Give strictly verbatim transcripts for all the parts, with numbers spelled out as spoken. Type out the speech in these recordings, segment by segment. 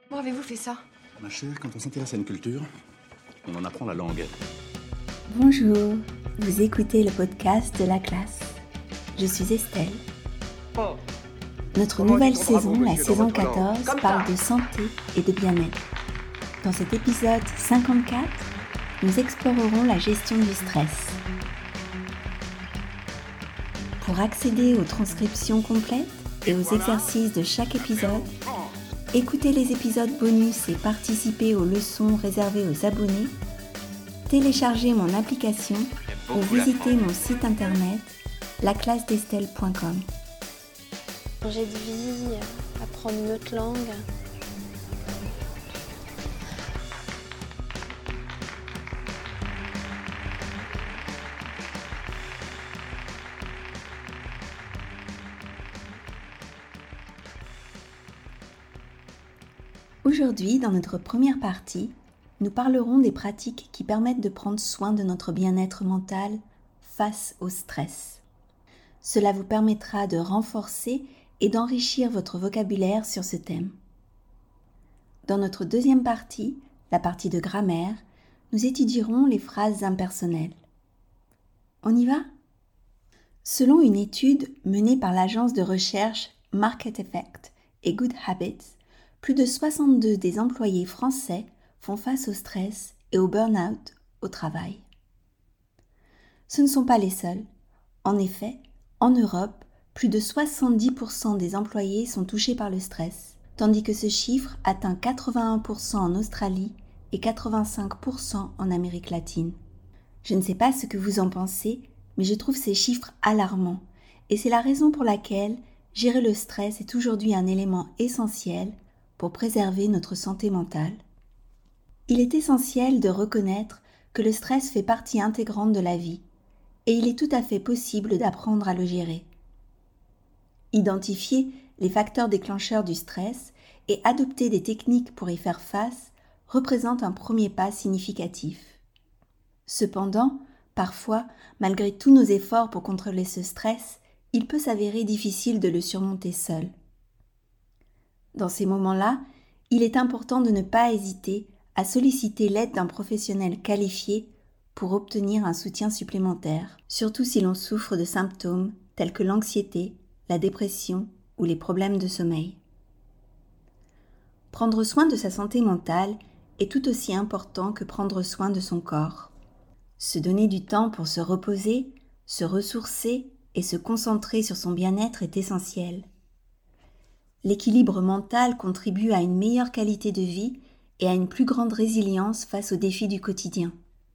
Comment avez-vous fait ça? Ma chère, quand on s'intéresse à une culture, on en apprend la langue. Bonjour, vous écoutez le podcast de la classe. Je suis Estelle. Oh. Notre Comment nouvelle dit-on bravo, saison, la monsieur, dans saison votre langue? quatorze, Comme parle ça. de santé et de bien-être. Dans cet épisode cinquante-quatre, nous explorerons la gestion du stress. Pour accéder aux transcriptions complètes et aux exercices de chaque épisode, écoutez les épisodes bonus et participez aux leçons réservées aux abonnés, téléchargez mon application ou visitez mon site internet la classe d'estelle point com. Changer de vie, apprendre une autre langue. Aujourd'hui, dans notre première partie, nous parlerons des pratiques qui permettent de prendre soin de notre bien-être mental face au stress. Cela vous permettra de renforcer et d'enrichir votre vocabulaire sur ce thème. Dans notre deuxième partie, la partie de grammaire, nous étudierons les phrases impersonnelles. On y va ? Selon une étude menée par l'agence de recherche Market Effect et Good Habits, plus de soixante-deux des employés français font face au stress et au burn-out au travail. Ce ne sont pas les seuls. En effet, en Europe, plus de soixante-dix pour cent des employés sont touchés par le stress, tandis que ce chiffre atteint quatre-vingt-un pour cent en Australie et quatre-vingt-cinq pour cent en Amérique latine. Je ne sais pas ce que vous en pensez, mais je trouve ces chiffres alarmants, et c'est la raison pour laquelle gérer le stress est aujourd'hui un élément essentiel pour préserver notre santé mentale. Il est essentiel de reconnaître que le stress fait partie intégrante de la vie, et il est tout à fait possible d'apprendre à le gérer. Identifier les facteurs déclencheurs du stress et adopter des techniques pour y faire face représente un premier pas significatif. Cependant, parfois, malgré tous nos efforts pour contrôler ce stress, il peut s'avérer difficile de le surmonter seul. Dans ces moments-là, il est important de ne pas hésiter à solliciter l'aide d'un professionnel qualifié pour obtenir un soutien supplémentaire, surtout si l'on souffre de symptômes tels que l'anxiété, la dépression ou les problèmes de sommeil. Prendre soin de sa santé mentale est tout aussi important que prendre soin de son corps. Se donner du temps pour se reposer, se ressourcer et se concentrer sur son bien-être est essentiel. L'équilibre mental contribue à une meilleure qualité de vie et à une plus grande résilience face aux défis du quotidien.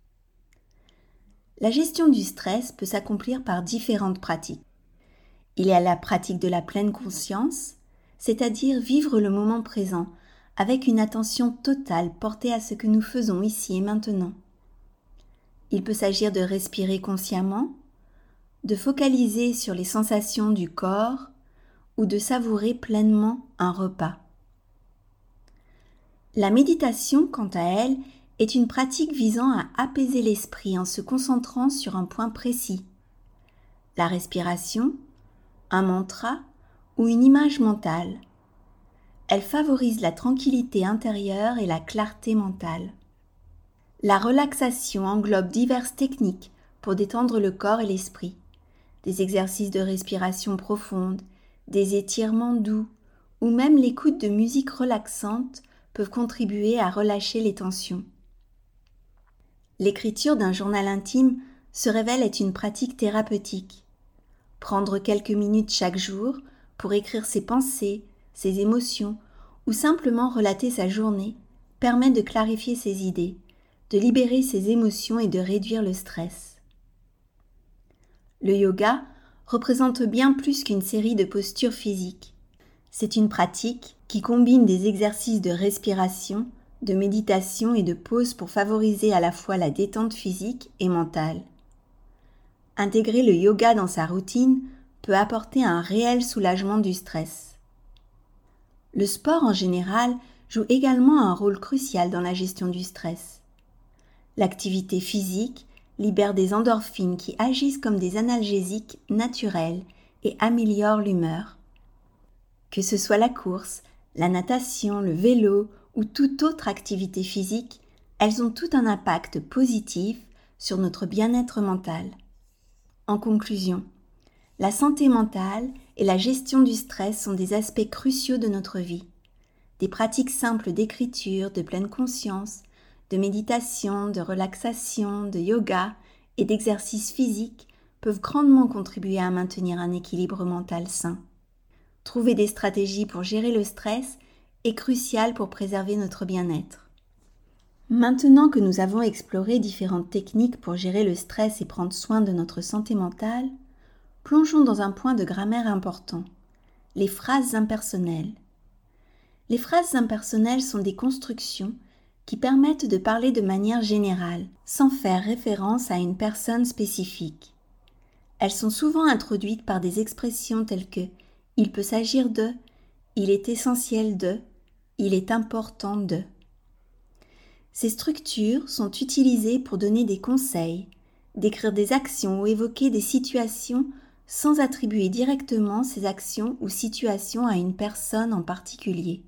La gestion du stress peut s'accomplir par différentes pratiques. Il y a la pratique de la pleine conscience, c'est-à-dire vivre le moment présent avec une attention totale portée à ce que nous faisons ici et maintenant. Il peut s'agir de respirer consciemment, de focaliser sur les sensations du corps ou de savourer pleinement un repas. La méditation, quant à elle, est une pratique visant à apaiser l'esprit en se concentrant sur un point précis. La respiration, un mantra ou une image mentale. Elle favorise la tranquillité intérieure et la clarté mentale. La relaxation englobe diverses techniques pour détendre le corps et l'esprit. Des exercices de respiration profonde, des étirements doux ou même l'écoute de musique relaxante peuvent contribuer à relâcher les tensions. L'écriture d'un journal intime se révèle être une pratique thérapeutique. Prendre quelques minutes chaque jour pour écrire ses pensées, ses émotions ou simplement relater sa journée permet de clarifier ses idées, de libérer ses émotions et de réduire le stress. Le yoga représente bien plus qu'une série de postures physiques. C'est une pratique qui combine des exercices de respiration, de méditation et de pause pour favoriser à la fois la détente physique et mentale. Intégrer le yoga dans sa routine peut apporter un réel soulagement du stress. Le sport en général joue également un rôle crucial dans la gestion du stress. L'activité physique libère des endorphines qui agissent comme des analgésiques naturels et améliorent l'humeur. Que ce soit la course, la natation, le vélo ou toute autre activité physique, elles ont tout un impact positif sur notre bien-être mental. En conclusion, la santé mentale et la gestion du stress sont des aspects cruciaux de notre vie. Des pratiques simples d'écriture, de pleine conscience, de méditation, de relaxation, de yoga et d'exercice physique peuvent grandement contribuer à maintenir un équilibre mental sain. Trouver des stratégies pour gérer le stress est crucial pour préserver notre bien-être. Maintenant que nous avons exploré différentes techniques pour gérer le stress et prendre soin de notre santé mentale, plongeons dans un point de grammaire important, les phrases impersonnelles. Les phrases impersonnelles sont des constructions qui permettent de parler de manière générale, sans faire référence à une personne spécifique. Elles sont souvent introduites par des expressions telles que « il peut s'agir de »,« il est essentiel de »,« il est important de ». Ces structures sont utilisées pour donner des conseils, décrire des actions ou évoquer des situations sans attribuer directement ces actions ou situations à une personne en particulier.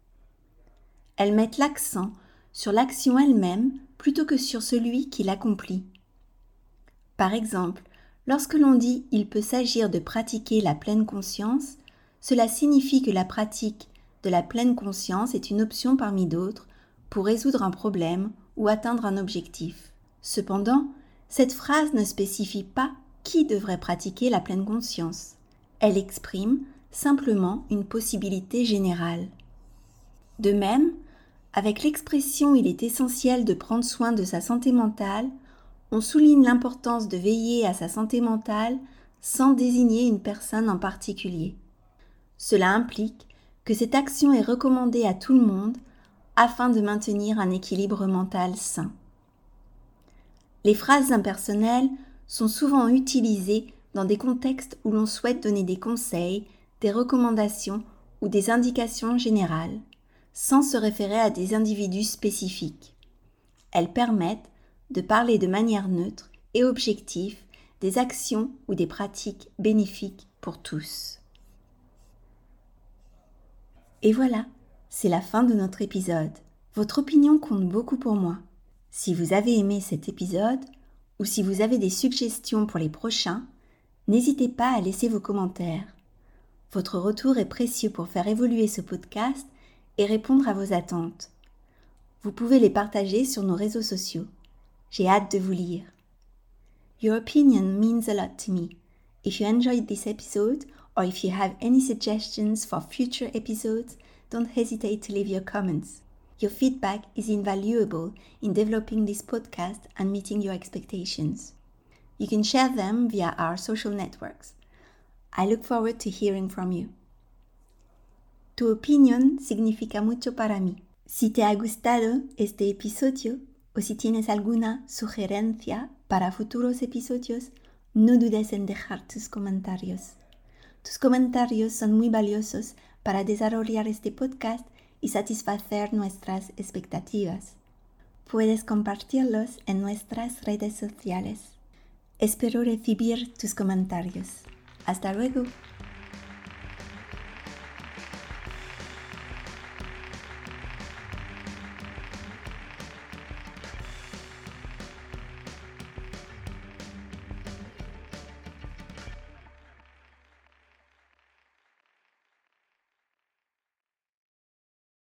Elles mettent l'accent sur l'action elle-même plutôt que sur celui qui l'accomplit. Par exemple, lorsque l'on dit « il peut s'agir de pratiquer la pleine conscience », cela signifie que la pratique de la pleine conscience est une option parmi d'autres pour résoudre un problème ou atteindre un objectif. Cependant, cette phrase ne spécifie pas qui devrait pratiquer la pleine conscience. Elle exprime simplement une possibilité générale. De même, avec l'expression « il est essentiel de prendre soin de sa santé mentale », on souligne l'importance de veiller à sa santé mentale sans désigner une personne en particulier. Cela implique que cette action est recommandée à tout le monde afin de maintenir un équilibre mental sain. Les phrases impersonnelles sont souvent utilisées dans des contextes où l'on souhaite donner des conseils, des recommandations ou des indications générales, sans se référer à des individus spécifiques. Elles permettent de parler de manière neutre et objective des actions ou des pratiques bénéfiques pour tous. Et voilà, c'est la fin de notre épisode. Votre opinion compte beaucoup pour moi. Si vous avez aimé cet épisode ou si vous avez des suggestions pour les prochains, n'hésitez pas à laisser vos commentaires. Votre retour est précieux pour faire évoluer ce podcast et répondre à vos attentes. Vous pouvez les partager sur nos réseaux sociaux. J'ai hâte de vous lire. Your opinion means a lot to me. If you enjoyed this episode or if you have any suggestions for future episodes, don't hesitate to leave your comments. Your feedback is invaluable in developing this podcast and meeting your expectations. You can share them via our social networks. I look forward to hearing from you. Tu opinión significa mucho para mí. Si te ha gustado este episodio o si tienes alguna sugerencia para futuros episodios, no dudes en dejar tus comentarios. Tus comentarios son muy valiosos para desarrollar este podcast y satisfacer nuestras expectativas. Puedes compartirlos en nuestras redes sociales. Espero recibir tus comentarios. Hasta luego.